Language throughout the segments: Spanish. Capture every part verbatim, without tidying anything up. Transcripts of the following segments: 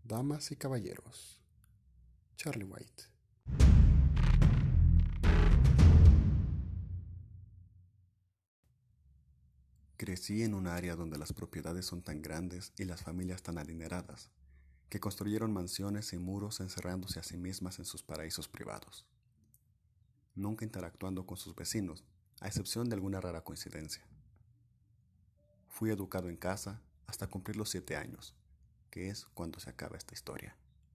Damas y caballeros, Charlie White. Crecí en un área donde las propiedades son tan grandes y las familias tan adineradas, que construyeron mansiones y muros encerrándose a sí mismas en sus paraísos privados, nunca interactuando con sus vecinos, a excepción de alguna rara coincidencia. Fui educado en casa hasta cumplir los siete años, que es cuando se acaba esta historia.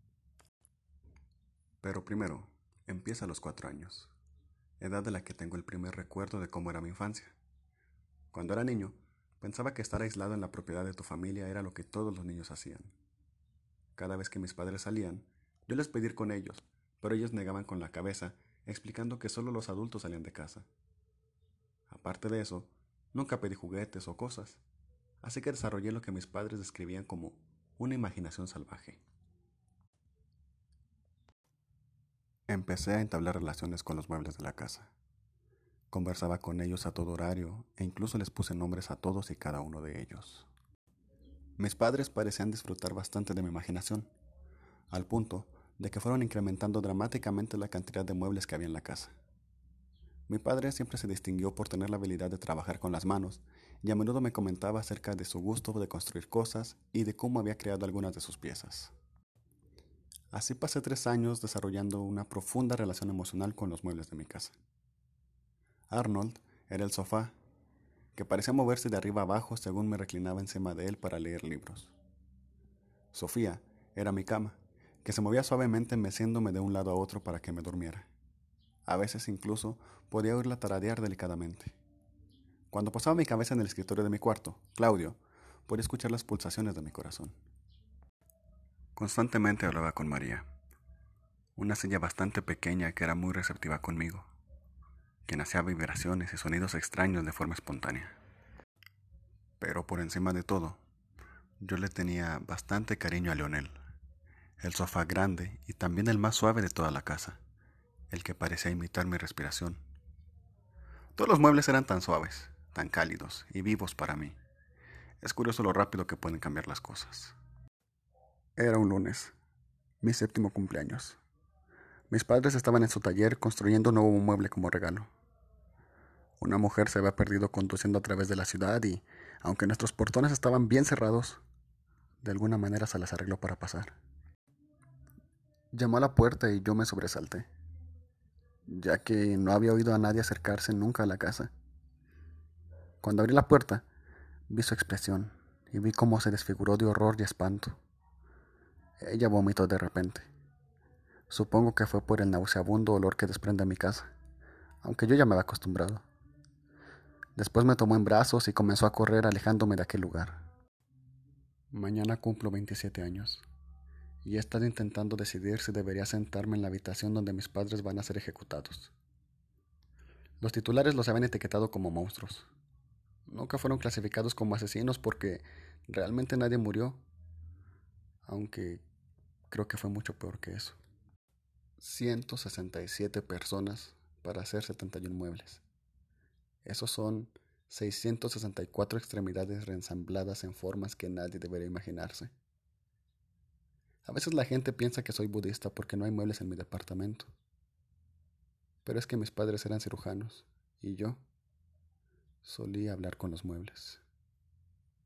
Pero primero, empieza a los cuatro años, edad de la que tengo el primer recuerdo de cómo era mi infancia. Cuando era niño, pensaba que estar aislado en la propiedad de tu familia era lo que todos los niños hacían. Cada vez que mis padres salían, yo les pedí ir con ellos, pero ellos negaban con la cabeza, explicando que solo los adultos salían de casa. Aparte de eso, nunca pedí juguetes o cosas, así que desarrollé lo que mis padres describían como una imaginación salvaje. Empecé a entablar relaciones con los muebles de la casa. Conversaba con ellos a todo horario e incluso les puse nombres a todos y cada uno de ellos. Mis padres parecían disfrutar bastante de mi imaginación, al punto de que fueron incrementando dramáticamente la cantidad de muebles que había en la casa. Mi padre siempre se distinguió por tener la habilidad de trabajar con las manos y a menudo me comentaba acerca de su gusto de construir cosas y de cómo había creado algunas de sus piezas. Así pasé tres años desarrollando una profunda relación emocional con los muebles de mi casa. Arnold era el sofá, que parecía moverse de arriba abajo según me reclinaba encima de él para leer libros. Sofía era mi cama, que se movía suavemente meciéndome de un lado a otro para que me durmiera. A veces incluso podía oírla tararear delicadamente. Cuando posaba mi cabeza en el escritorio de mi cuarto, Claudio, podía escuchar las pulsaciones de mi corazón. Constantemente hablaba con María, una silla bastante pequeña que era muy receptiva conmigo, quien hacía vibraciones y sonidos extraños de forma espontánea. Pero por encima de todo, yo le tenía bastante cariño a Leonel, el sofá grande y también el más suave de toda la casa, el que parecía imitar mi respiración. Todos los muebles eran tan suaves, tan cálidos y vivos para mí. Es curioso lo rápido que pueden cambiar las cosas. Era un lunes, mi séptimo cumpleaños. Mis padres estaban en su taller construyendo un nuevo mueble como regalo. Una mujer se había perdido conduciendo a través de la ciudad y, aunque nuestros portones estaban bien cerrados, de alguna manera se las arregló para pasar. Llamó a la puerta y yo me sobresalté, ya que no había oído a nadie acercarse nunca a la casa. Cuando abrí la puerta, vi su expresión y vi cómo se desfiguró de horror y espanto. Ella vomitó de repente. Supongo que fue por el nauseabundo olor que desprende mi casa, aunque yo ya me había acostumbrado. Después me tomó en brazos y comenzó a correr alejándome de aquel lugar. Mañana cumplo veintisiete años y he estado intentando decidir si debería sentarme en la habitación donde mis padres van a ser ejecutados. Los titulares los habían etiquetado como monstruos. Nunca fueron clasificados como asesinos porque realmente nadie murió, aunque creo que fue mucho peor que eso. ciento sesenta y siete personas para hacer setenta y uno muebles. Esos son seiscientas sesenta y cuatro extremidades reensambladas en formas que nadie debería imaginarse. A veces la gente piensa que soy budista porque no hay muebles en mi departamento. Pero es que mis padres eran cirujanos y yo solía hablar con los muebles.